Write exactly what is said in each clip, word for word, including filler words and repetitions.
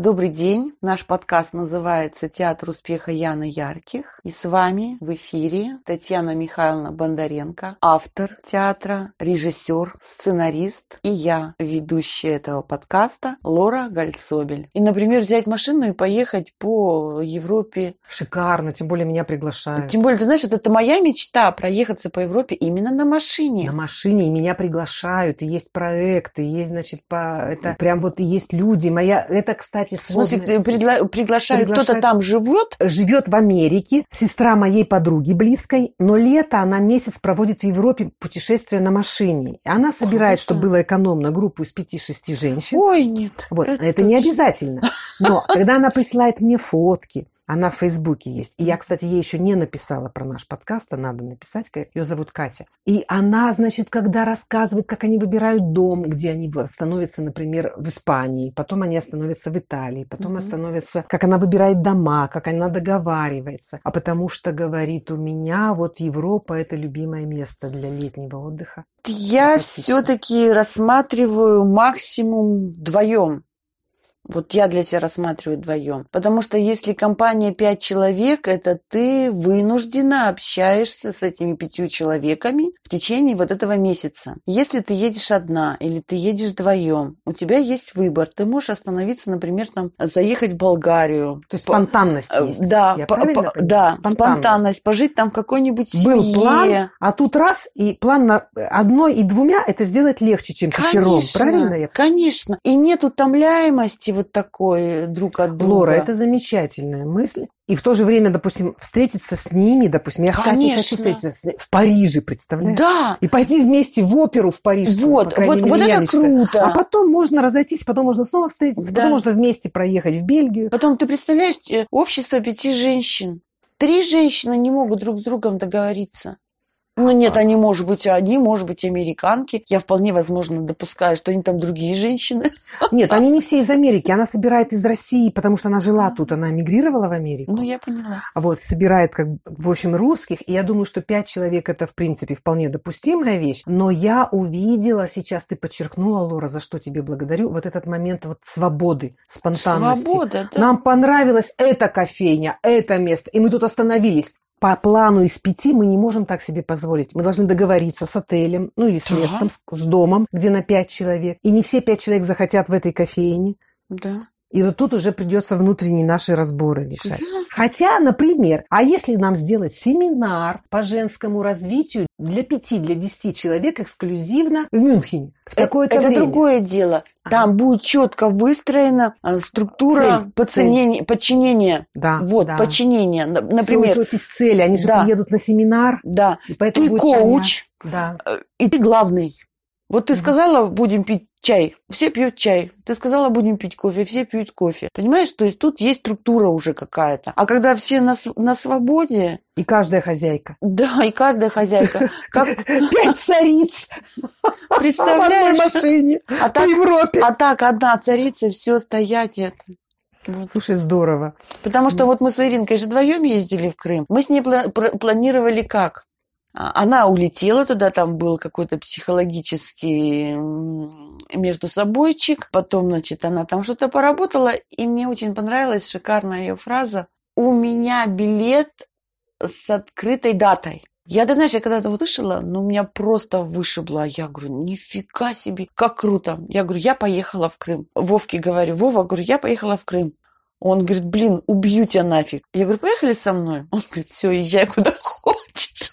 Добрый день. Наш подкаст называется «Театр успеха Яны Ярких». И с вами в эфире Татьяна Михайловна Бондаренко, автор театра, режиссер, сценарист, и я, ведущая этого подкаста, Лора Гальцобель. И, например, взять машину и поехать по Европе. Шикарно, тем более меня приглашают. Тем более, ты знаешь, это моя мечта — проехаться по Европе именно на машине. На машине, и меня приглашают, и есть проекты, и есть, значит, по... это прям вот и есть люди. Моя, это, кстати, В смысле, сложно. пригла... приглашают, Приглашают... кто-то там живет? Живет в Америке, сестра моей подруги близкой, но лето она месяц проводит в Европе, путешествуя на машине. Она собирает, Круто. чтобы было экономно, группу из пяти-шести женщин. Ой, нет. Вот, это это не обязательно. Но когда она присылает мне фотки, она в Фейсбуке есть. И я, кстати, ей еще не написала про наш подкаст, а надо написать. Ее зовут Катя. И она, значит, когда рассказывает, как они выбирают дом, где они остановятся, например, в Испании, потом они остановятся в Италии, потом mm-hmm. остановятся, как она выбирает дома, как она договаривается. А потому что, говорит, у меня вот Европа – это любимое место для летнего отдыха. Я все-таки рассматриваю максимум вдвоем. Вот я для себя рассматриваю вдвоем. Потому что если компания пять человек, это ты вынужденно общаешься с этими пятью человеками в течение вот этого месяца. Если ты едешь одна или ты едешь вдвоем, у тебя есть выбор. Ты можешь остановиться, например, там, заехать в Болгарию. То есть спонтанность по... есть. Да, я по... правильно по... да спонтанность. спонтанность. Пожить там в какой-нибудь семье. Был план, а тут раз, и план на одной и двумя это сделать легче, чем пятером. Правильно я? Конечно. И нет утомляемости вот такой друг от друга. Лора, это замечательная мысль. И в то же время, допустим, встретиться с ними, допустим, я с Катей хочу встретиться с... в Париже, представляешь? Да. И пойти вместе в оперу в Париж. Вот, по вот, мере, вот это круто. А потом можно разойтись, потом можно снова встретиться, да. Потом можно вместе проехать в Бельгию. Потом, ты представляешь, общество пяти женщин. Три женщины не могут друг с другом договориться. Ну, нет, они, может быть, одни, может быть, американки. Я вполне возможно допускаю, что они там другие женщины. Нет, они не все из Америки. Она собирает из России, потому что она жила тут, она эмигрировала в Америку. Ну, я поняла. Вот, собирает, как, в общем, русских. И я думаю, что пять человек – это, в принципе, вполне допустимая вещь. Но я увидела, сейчас ты подчеркнула, Лора, за что тебе благодарю, вот этот момент вот свободы, спонтанности. Свобода, да. Нам понравилась эта кофейня, это место, и мы тут остановились. По плану из пяти мы не можем так себе позволить. Мы должны договориться с отелем, ну или с местом, с, с домом, где на пять человек. И не все пять человек захотят в этой кофейне. Да. И вот тут уже придется внутренние наши разборы решать. Да. Хотя, например, а если нам сделать семинар по женскому развитию для пяти, для десяти человек эксклюзивно в Мюнхене в такое-то это время? Это другое дело. Там ага. будет четко выстроена структура цель, подчинения, цель. подчинения. Да, вот, да. подчинения. Например, вот из цели. Они же да. приедут на семинар. Да. И поэтому ты коуч, да. и ты главный. Вот ты сказала, будем пить чай, все пьют чай. Ты сказала, будем пить кофе, все пьют кофе. Понимаешь, то есть тут есть структура уже какая-то. А когда все на, на свободе... И каждая хозяйка. Да, и каждая хозяйка. Пять цариц. Представляешь? В одной машине по Европе. А так одна царица, все стоять это. Вот. Слушай, здорово. Потому что вот мы с Иринкой же вдвоем ездили в Крым. Мы с ней планировали как? Она улетела туда, там был какой-то психологический между собойчик. Потом, значит, она там что-то поработала, и мне очень понравилась шикарная ее фраза: «У меня билет с открытой датой». Я, ты знаешь, я когда-то услышала, но меня просто вышибло. Я говорю, нифига себе, как круто. Я говорю, я поехала в Крым. Вовке говорю, Вова, говорю, я поехала в Крым. Он говорит, блин, убью тебя нафиг. Я говорю, поехали со мной? Он говорит, все, езжай куда хочешь.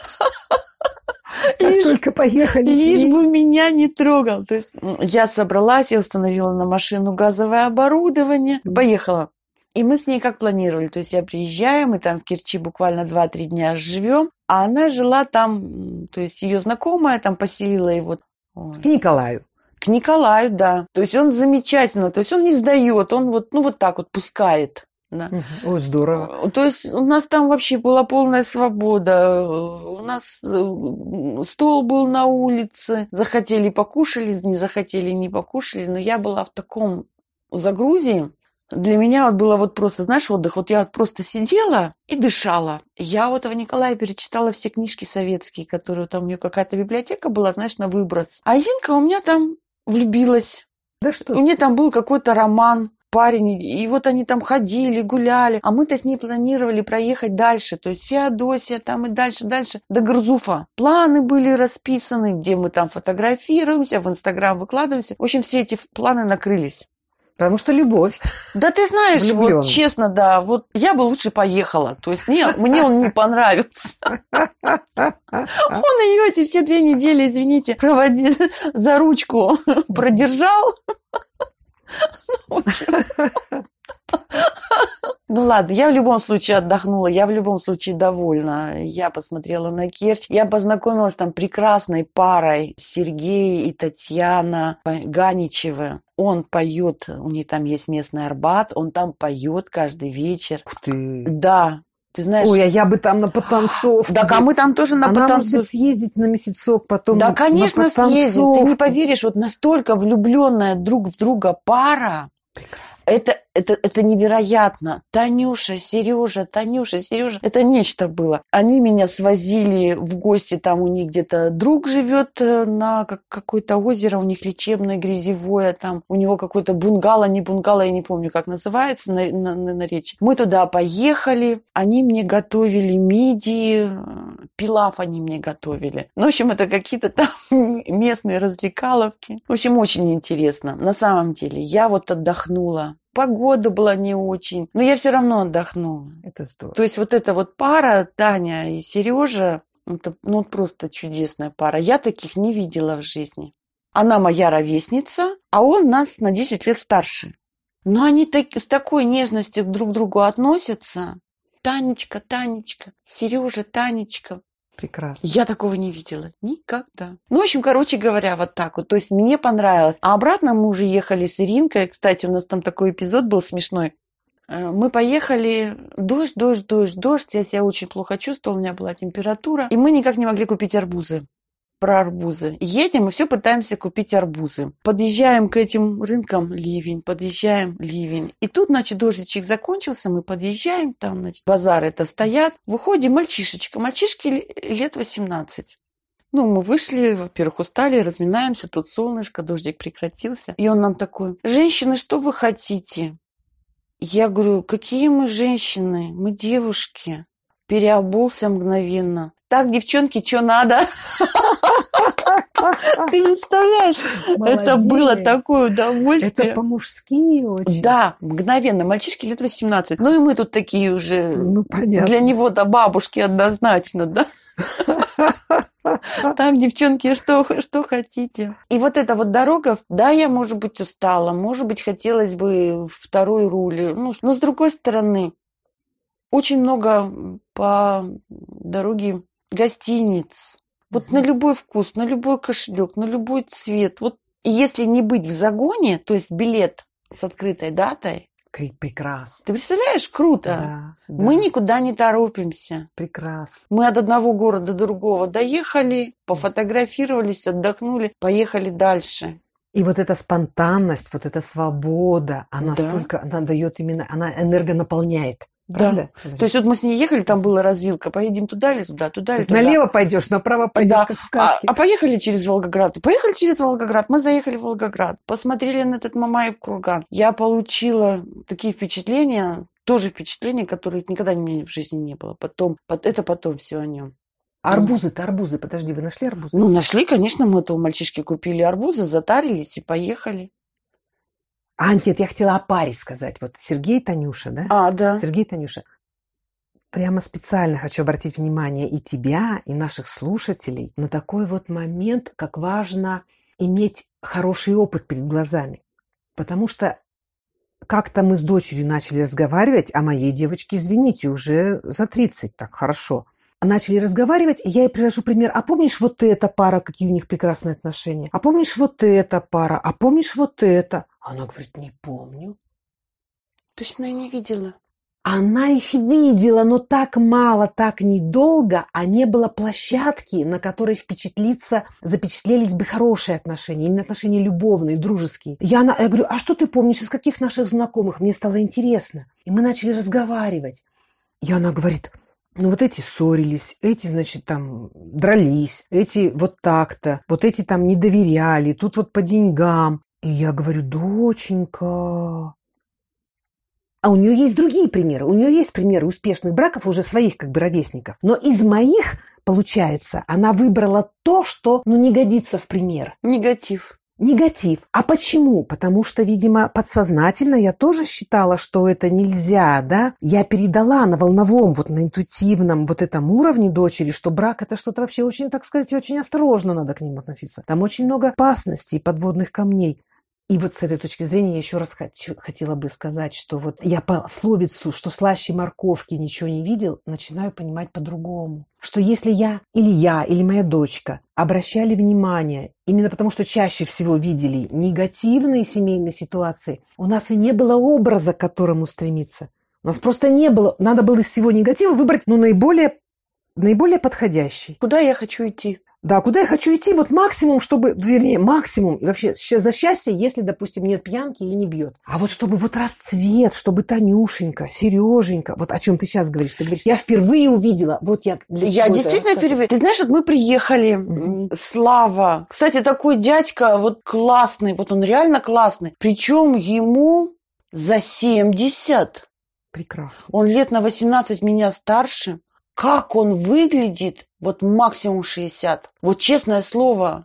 Как лишь, только поехали. Лишь бы меня не трогал. То есть я собралась, я установила на машину газовое оборудование, поехала. И мы с ней как планировали. То есть я приезжаю, мы там в Керчи буквально два-три дня живем, а она жила там, то есть ее знакомая там поселила его. Ой. К Николаю. К Николаю, да. То есть он замечательно, то есть он не сдает, он вот, ну вот так вот пускает. Да. Ой, здорово. То есть у нас там вообще была полная свобода. У нас стол был на улице. Захотели — покушали, не захотели — не покушали. Но я была в таком загрузе. Для меня вот было вот просто, знаешь, отдых. Вот я вот просто сидела и дышала. Я у этого Николая перечитала все книжки советские, которые там у нее какая-то библиотека была, знаешь, на выброс. А Инка у меня там влюбилась. Да что? У меня там был какой-то роман. парень, и вот они там ходили, гуляли, а мы-то с ней планировали проехать дальше, то есть Феодосия там и дальше, дальше, до Грзуфа. Планы были расписаны, где мы там фотографируемся, в Инстаграм выкладываемся. В общем, все эти планы накрылись. Потому что любовь. Да ты знаешь, вот честно, да, вот я бы лучше поехала. То есть мне, мне он не понравится. Он ее эти все две недели, извините, проводил, за ручку продержал. Ну ладно, я в любом случае отдохнула, я в любом случае довольна. Я посмотрела на Керчь, я познакомилась там прекрасной парой Сергей и Татьяна Ганичевы. Он поет, у них там есть местный Арбат, он там поет каждый вечер. Ух ты! Да. Ты знаешь... Ой, а я бы там на потанцовке. Да, а мы там тоже на потанцовке. Она может съездить на месяцок, потом да, на, конечно, на съездить. Ты не поверишь, вот настолько влюбленная друг в друга пара. Прекрасно. Это, это, это невероятно. Танюша, Сережа, Танюша, Сережа. Это нечто было. Они меня свозили в гости, там у них где-то друг живет на какое-то озеро, у них лечебное, грязевое, там у него какой-то бунгало, не бунгало, я не помню, как называется на, на, на, на речи. Мы туда поехали, они мне готовили мидии, пилав они мне готовили. Ну, в общем, это какие-то там местные развлекаловки. В общем, очень интересно. На самом деле, я вот отдохнула. Погода была не очень, но я все равно отдохнула. Это здорово. То есть вот эта вот пара, Таня и Сережа, это ну, просто чудесная пара. Я таких не видела в жизни. Она моя ровесница, а он нас на десять лет старше. Но они так, с такой нежностью друг к другу относятся. Танечка, Танечка, Сережа, Танечка. Прекрасно. Я такого не видела никогда. Ну, в общем, короче говоря, вот так вот. То есть мне понравилось. А обратно мы уже ехали с Иринкой. Кстати, у нас там такой эпизод был смешной. Мы поехали, дождь, дождь, дождь, дождь. Я себя очень плохо чувствовала, у меня была температура. И мы никак не могли купить арбузы. Про арбузы. Едем и все пытаемся купить арбузы. Подъезжаем к этим рынкам, ливень, подъезжаем, ливень. И тут, значит, дождичек закончился, мы подъезжаем, там, значит, базары это стоят. Выходим, мальчишечка, мальчишки лет восемнадцать. Ну, мы вышли, во-первых, устали, разминаемся, тут солнышко, дождик прекратился. И он нам такой: женщины, что вы хотите? Я говорю: какие мы женщины? Мы девушки. Переобулся мгновенно. Так, девчонки, что надо? Ты представляешь? Молодец. Это было такое удовольствие. Это по-мужски очень. Да, мгновенно. Мальчишки лет восемнадцать. Ну и мы тут такие уже... Ну, понятно. Для него-то бабушки однозначно, да? Так, девчонки, что, что хотите? И вот эта вот дорога, да, я, может быть, устала, может быть, хотелось бы второй руль. Ну, но с другой стороны, очень много по дороге гостиниц. Вот mm-hmm. на любой вкус, на любой кошелек, на любой цвет. Вот если не быть в загоне, то есть билет с открытой датой. Прекрасно. Ты представляешь, круто. Да, да. Мы никуда не торопимся. Прекрасно. Мы от одного города до другого доехали, пофотографировались, отдохнули, поехали дальше. И вот эта спонтанность, вот эта свобода, она да. столько, она дает именно, она энергонаполняет. Да. Правда? То есть вот мы с ней ехали, там была развилка, поедем туда или туда, туда или туда. То есть налево пойдешь, направо пойдешь, да. как в сказке. А, а поехали через Волгоград. Поехали через Волгоград. Мы заехали в Волгоград, посмотрели на этот Мамаев курган. Я получила такие впечатления, тоже впечатления, которые никогда у меня в жизни не было. Потом, это потом все о нем. Арбузы-то, арбузы, подожди, вы нашли арбузы? Ну, нашли, конечно, мы этого мальчишки купили арбузы, затарились и поехали. А, нет, я хотела о паре сказать. Вот Сергей и Танюша, да? А, да. Сергей и Танюша. Прямо специально хочу обратить внимание и тебя, и наших слушателей на такой вот момент, как важно иметь хороший опыт перед глазами. Потому что как-то мы с дочерью начали разговаривать, а моей девочке, извините, уже за тридцать, так хорошо. Начали разговаривать, и я ей привожу пример. А помнишь вот эта пара, какие у них прекрасные отношения? А помнишь вот эта пара? А помнишь вот это? Она говорит: не помню. Точно я не видела. Она их видела, но так мало, так недолго, а не было площадки, на которой впечатлиться, запечатлелись бы хорошие отношения, именно отношения любовные, дружеские. Я, я говорю: а что ты помнишь, из каких наших знакомых? Мне стало интересно. И мы начали разговаривать. И она говорит: ну, вот эти ссорились, эти, значит, там дрались, эти вот так-то, вот эти там не доверяли, тут вот по деньгам. И я говорю: доченька, А у нее есть другие примеры. У нее есть примеры успешных браков уже своих как бы ровесников. Но из моих, получается, она выбрала то, что ну, не годится в пример. Негатив. Негатив. А почему? Потому что, видимо, подсознательно я тоже считала, что это нельзя, да? Я передала на волновом, вот на интуитивном вот этом уровне дочери, что брак – это что-то вообще очень, так сказать, очень осторожно надо к ним относиться. Там очень много опасностей и подводных камней. И вот с этой точки зрения я еще раз хочу, хотела бы сказать, что вот я пословицу, что слаще морковки ничего не видел, начинаю понимать по-другому. Что если я или я, или моя дочка обращали внимание, именно потому что чаще всего видели негативные семейные ситуации, у нас и не было образа, к которому стремиться. У нас просто не было. Надо было из всего негатива выбрать ну, наиболее, наиболее подходящий. Куда я хочу идти? Да, куда я хочу идти, вот максимум, чтобы, вернее, максимум, и вообще за счастье, если, допустим, нет пьянки и не бьет. А вот чтобы вот расцвет, чтобы Танюшенька, Сереженька, вот о чем ты сейчас говоришь, ты говоришь, я впервые увидела, вот я для Я чего действительно это впервые. Ты знаешь, вот мы приехали, Мгм. Слава, кстати, такой дядька, вот классный, вот он реально классный, причем ему за семьдесят, Прекрасно. он лет на восемнадцать меня старше. Как он выглядит, вот максимум шестьдесят. Вот честное слово.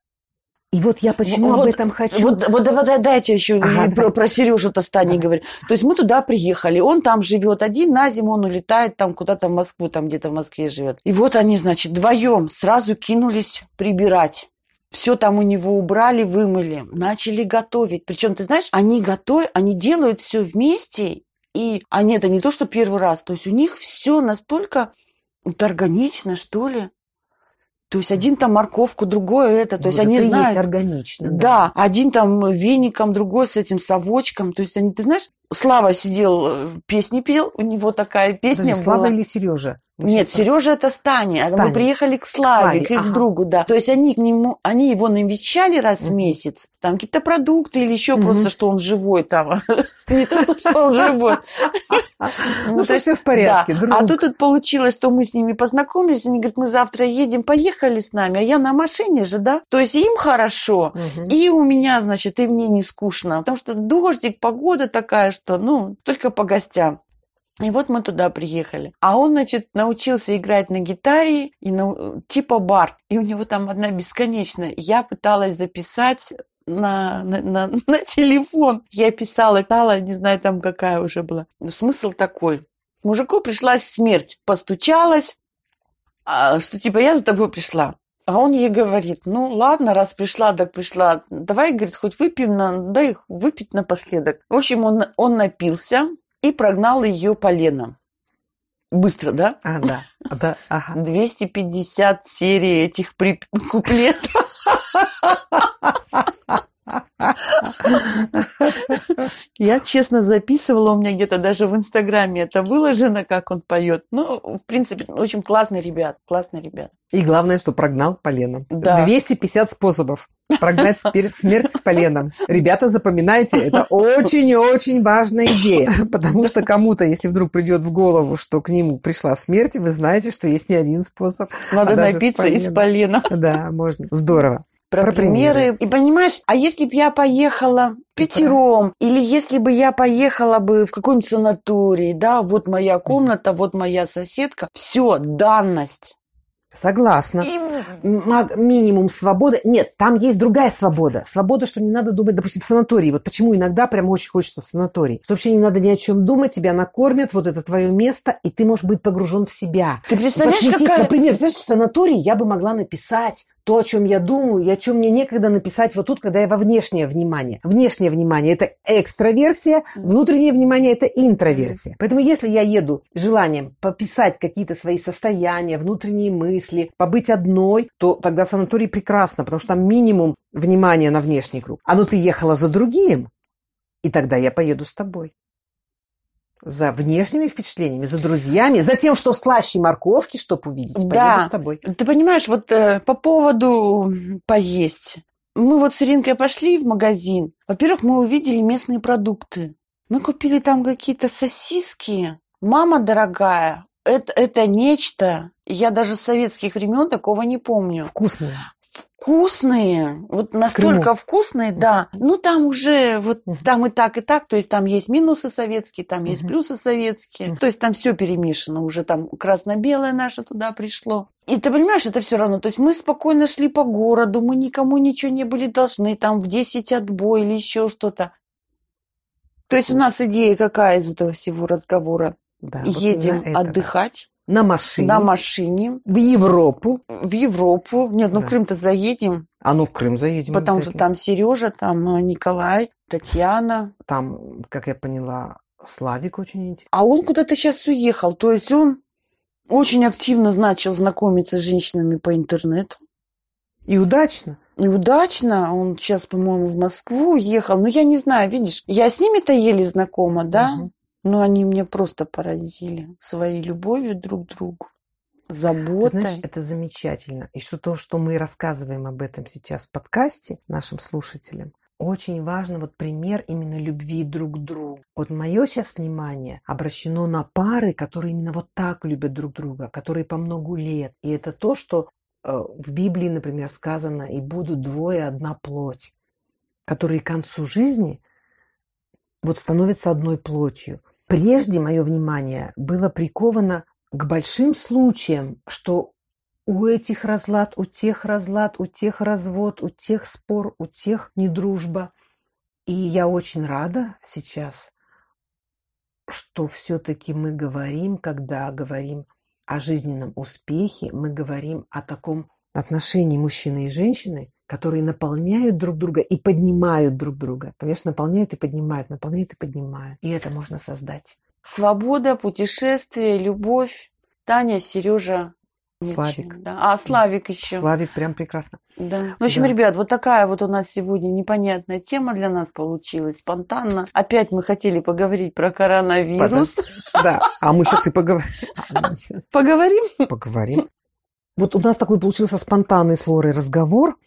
И вот я почему Вот- об этом хочу. Вот, вот, вот дайте еще Ага, про, давай. про Сережу-то Стани Давай. говорить. То есть мы туда приехали, он там живет один, на зиму он улетает там куда-то в Москву, там где-то в Москве живет. И вот они, значит, вдвоем сразу кинулись прибирать. Все там у него убрали, вымыли, начали готовить. Причем, ты знаешь, они готовят, они делают все вместе, и они это не то, что первый раз. То есть у них все настолько вот органично, что ли. То есть один там морковку, другой это. То Ну, есть вот они это и знают. есть органично. Да, один там веником, другой с этим совочком. То есть они, ты знаешь, Слава сидел, э, песни пел, у него такая песня Подожди, Слава была. или Сережа? Мы Нет, сейчас- Сережа это Стани, а мы Стани. приехали к Славе, Славе, к их ага. другу, да. То есть они к нему, они его навещали раз в Мгм. месяц, там какие-то продукты или еще Мгм. просто, что он живой там. Не то, что он живой. Ну, то что есть, все в порядке, да. друг. А тут вот получилось, что мы с ними познакомились, они говорят, мы завтра едем, поехали с нами, а я на машине же, да. То есть им хорошо, Мгм. и у меня, значит, и мне не скучно, потому что дождик, погода такая, что, ну, только по гостям. И вот мы туда приехали. А он, значит, научился играть на гитаре, и на, типа Барт. И у него там одна бесконечная. Я пыталась записать на, на, на, на телефон. Я писала, писала, не знаю, там какая уже была. Но смысл такой. Мужику пришлась смерть. Постучалась, а, что типа я за тобой пришла. А он ей говорит, ну ладно, раз пришла, так пришла. Давай, говорит, хоть выпьем, на, дай их выпить напоследок. В общем, он, он напился и прогнал ее поленом. Быстро, да? А, да, да, ага. двести пятьдесят серий этих при... куплетов. Я честно записывала, у меня где-то даже в Инстаграме это выложено, как он поет. Ну, в принципе, очень классный ребят, классный ребят. И главное, что прогнал поленом. Да. двести пятьдесят способов прогнать спер- смерть поленом. Ребята, запоминайте, это очень-очень важная идея. Потому что кому-то, если вдруг придет в голову, что к нему пришла смерть, вы знаете, что есть не один способ. Надо а даже напиться с из полена. Да, можно. Здорово. Про, Про примеры. примеры. И понимаешь, а если бы я поехала пятером, или если бы я поехала бы в какой-нибудь санаторий, да, вот моя комната, вот моя соседка, все, данность. Согласна. И М- Минимум свободы. Нет, там есть другая свобода. Свобода, что не надо думать, допустим, в санатории. Вот почему иногда прям очень хочется в санаторий. Что вообще не надо ни о чем думать, тебя накормят, вот это твое место, и ты можешь быть погружен в себя. Ты представляешь, Посвятить, какая... Например, представляешь, в санатории я бы могла написать то, о чем я думаю, и о чем мне некогда написать вот тут, когда я во внешнее внимание. Внешнее внимание – это экстраверсия, внутреннее внимание – это интроверсия. Поэтому если я еду с желанием пописать какие-то свои состояния, внутренние мысли, побыть одной, то тогда санаторий прекрасно, потому что там минимум внимания на внешний круг. А ну ты ехала за другим, и тогда я поеду с тобой. За внешними впечатлениями, за друзьями, за тем, что слаще морковки, чтобы увидеть, поеду Да. с тобой. Ты понимаешь, вот э, по поводу поесть. Мы вот с Иринкой пошли в магазин. Во-первых, мы увидели местные продукты. Мы купили там какие-то сосиски. Мама дорогая, это, это нечто. Я даже с советских времен такого не помню. Вкусные. вкусные, вот настолько вкусные, да. Ну, там уже, вот uh-huh. там и так, и так, то есть там есть минусы советские, там uh-huh. есть плюсы советские, uh-huh. то есть там все перемешано, уже там красно-белое наше туда пришло. И ты понимаешь, это все равно, то есть мы спокойно шли по городу, мы никому ничего не были должны, там в десять отбой или еще что-то. То есть у нас идея какая из этого всего разговора? Да, едем вот отдыхать. На машине. На машине. В Европу. В Европу. Нет, ну да. в Крым-то заедем. А ну в Крым заедем. Потому что там Сережа, там Николай, Татьяна. Там, как я поняла, Славик очень интересный. А он куда-то сейчас уехал. То есть он очень активно начал знакомиться с женщинами по интернету. И удачно. И удачно. Он сейчас, по-моему, в Москву уехал. Ну, я не знаю, видишь, я с ними-то еле знакома, да? Угу. Но они меня просто поразили своей любовью друг к другу, заботой. Ты знаешь, это замечательно. И что то, что мы рассказываем об этом сейчас в подкасте нашим слушателям, очень важно вот пример именно любви друг к другу. Вот мое сейчас внимание обращено на пары, которые именно вот так любят друг друга, которые по многу лет. И это то, что э, в Библии, например, сказано: «И будут двое одна плоть», которые к концу жизни вот становятся одной плотью. Прежде мое внимание было приковано к большим случаям, что у этих разлад, у тех разлад, у тех развод, у тех спор, у тех недружба. И я очень рада сейчас, что все-таки мы говорим, когда говорим о жизненном успехе, мы говорим о таком отношении мужчины и женщины, которые наполняют друг друга и поднимают друг друга. Конечно, наполняют и поднимают, наполняют и поднимают. И это можно создать. Свобода, путешествие, любовь. Таня, Сережа, Славик. Да. А, Славик еще. Славик прям прекрасно. Да. В общем, да. ребят, вот такая вот у нас сегодня непонятная тема для нас получилась. Спонтанно. Опять мы хотели поговорить про коронавирус. Да, а мы сейчас и поговорим. Поговорим? Поговорим. Вот у нас такой получился спонтанный с Лорой разговор.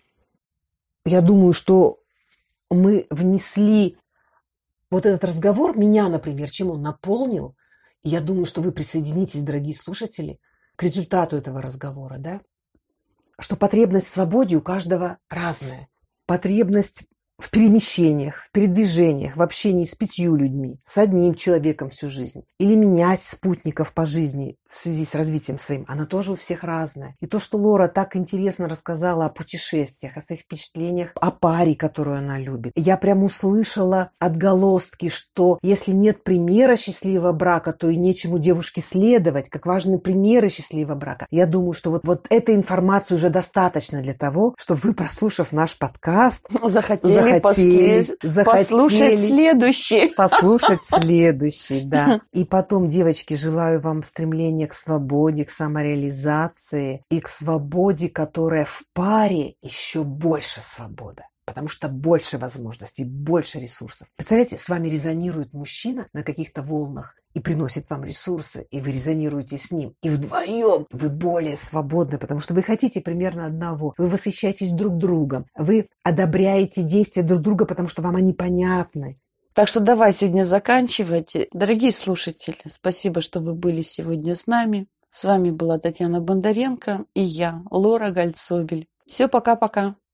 Я думаю, что мы внесли вот этот разговор, меня, например, чем он наполнил. И я думаю, что вы присоединитесь, дорогие слушатели, к результату этого разговора, да? Что потребность в свободе у каждого разная. Потребность в перемещениях, в передвижениях, в общении с пятью людьми, с одним человеком всю жизнь. Или менять спутников по жизни в связи с развитием своим. Она тоже у всех разная. И то, что Лора так интересно рассказала о путешествиях, о своих впечатлениях, о паре, которую она любит. Я прям услышала отголостки, что если нет примера счастливого брака, то и нечему девушке следовать, как важны примеры счастливого брака. Я думаю, что вот, вот этой информации уже достаточно для того, чтобы вы, прослушав наш подкаст, захотели Захотели, захотели послушать следующий. Послушать следующий, да. И потом, девочки, желаю вам стремления к свободе, к самореализации и к свободе, которая в паре еще больше свобода. Потому что больше возможностей, больше ресурсов. Представляете, с вами резонирует мужчина на каких-то волнах и приносит вам ресурсы, и вы резонируете с ним. И вдвоем вы более свободны, потому что вы хотите примерно одного. Вы восхищаетесь друг другом. Вы одобряете действия друг друга, потому что вам они понятны. Так что давай сегодня заканчивать. Дорогие слушатели, спасибо, что вы были сегодня с нами. С вами была Татьяна Бондаренко и я, Лора Гальцобель. Все, пока-пока.